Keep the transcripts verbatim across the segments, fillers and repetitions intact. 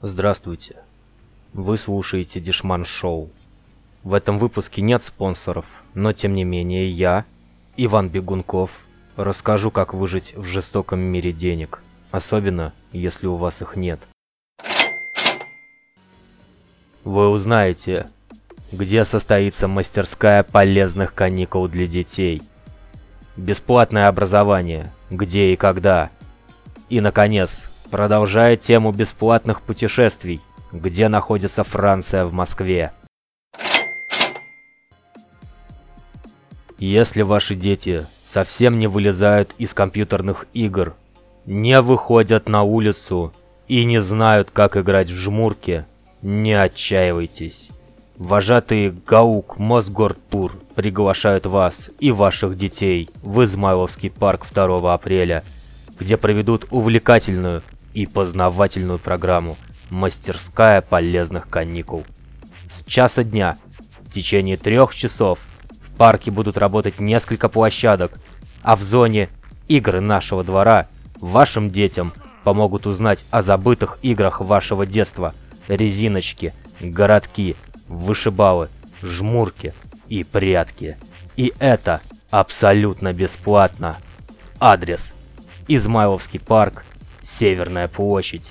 Здравствуйте. Вы слушаете Дешман Шоу. В этом выпуске нет спонсоров, но тем не менее я, Иван Бегунков, расскажу, как выжить в жестоком мире денег, особенно если у вас их нет. Вы узнаете, где состоится мастерская полезных каникул для детей, бесплатное образование, где и когда, и, наконец, продолжая тему бесплатных путешествий, где находится Франция в Москве. Если ваши дети совсем не вылезают из компьютерных игр, не выходят на улицу и не знают, как играть в жмурки, не отчаивайтесь. Вожатые ГАУК Мосгортур приглашают вас и ваших детей в Измайловский парк второго апреля, где проведут увлекательную и познавательную программу «Мастерская полезных каникул». С часа дня в течение трех часов в парке будут работать несколько площадок, а в зоне «Игры нашего двора» вашим детям помогут узнать о забытых играх вашего детства: резиночки, городки, вышибалы, жмурки и прятки. И это абсолютно бесплатно. Адрес: Измайловский парк, Северная площадь.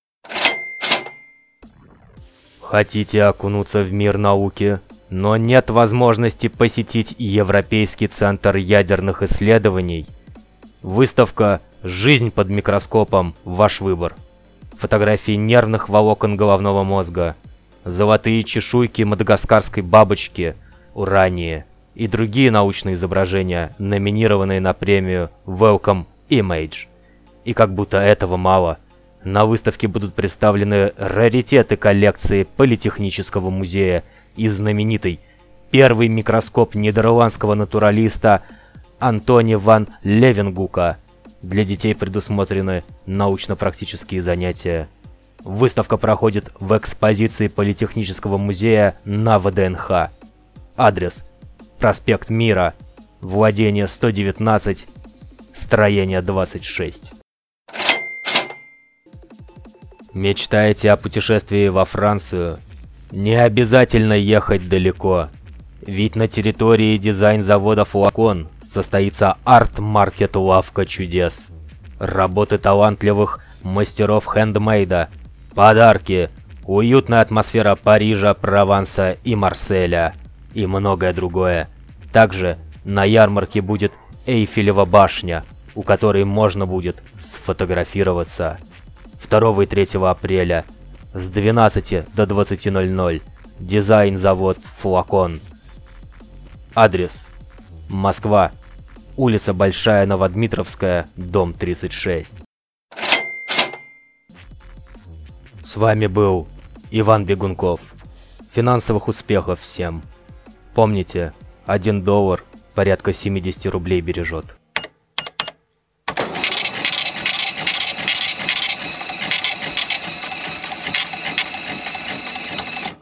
Хотите окунуться в мир науки, но нет возможности посетить Европейский центр ядерных исследований? Выставка «Жизнь под микроскопом» – ваш выбор. Фотографии нервных волокон головного мозга, золотые чешуйки мадагаскарской бабочки, урания и другие научные изображения, номинированные на премию Welcome Image. И как будто этого мало, на выставке будут представлены раритеты коллекции Политехнического музея и знаменитый первый микроскоп нидерландского натуралиста Антони ван Левенгука. Для детей предусмотрены научно-практические занятия. Выставка проходит в экспозиции Политехнического музея на ВДНХ. Адрес: проспект Мира, владение сто девятнадцать, строение двадцать шесть. Мечтаете о путешествии во Францию? Не обязательно ехать далеко, ведь на территории дизайн-завода «Флакон» состоится арт-маркет-лавка чудес. Работы талантливых мастеров хендмейда, подарки, уютная атмосфера Парижа, Прованса и Марселя и многое другое. Также на ярмарке будет Эйфелева башня, у которой можно будет сфотографироваться. второго и третьего апреля с двенадцати до двадцати ноль-ноль. Дизайн-завод «Флакон». Адрес: Москва, улица Большая Новодмитровская, дом тридцать шесть. С вами был Иван Бегунков. Финансовых успехов всем. Помните, один доллар порядка семидесяти рублей бережет.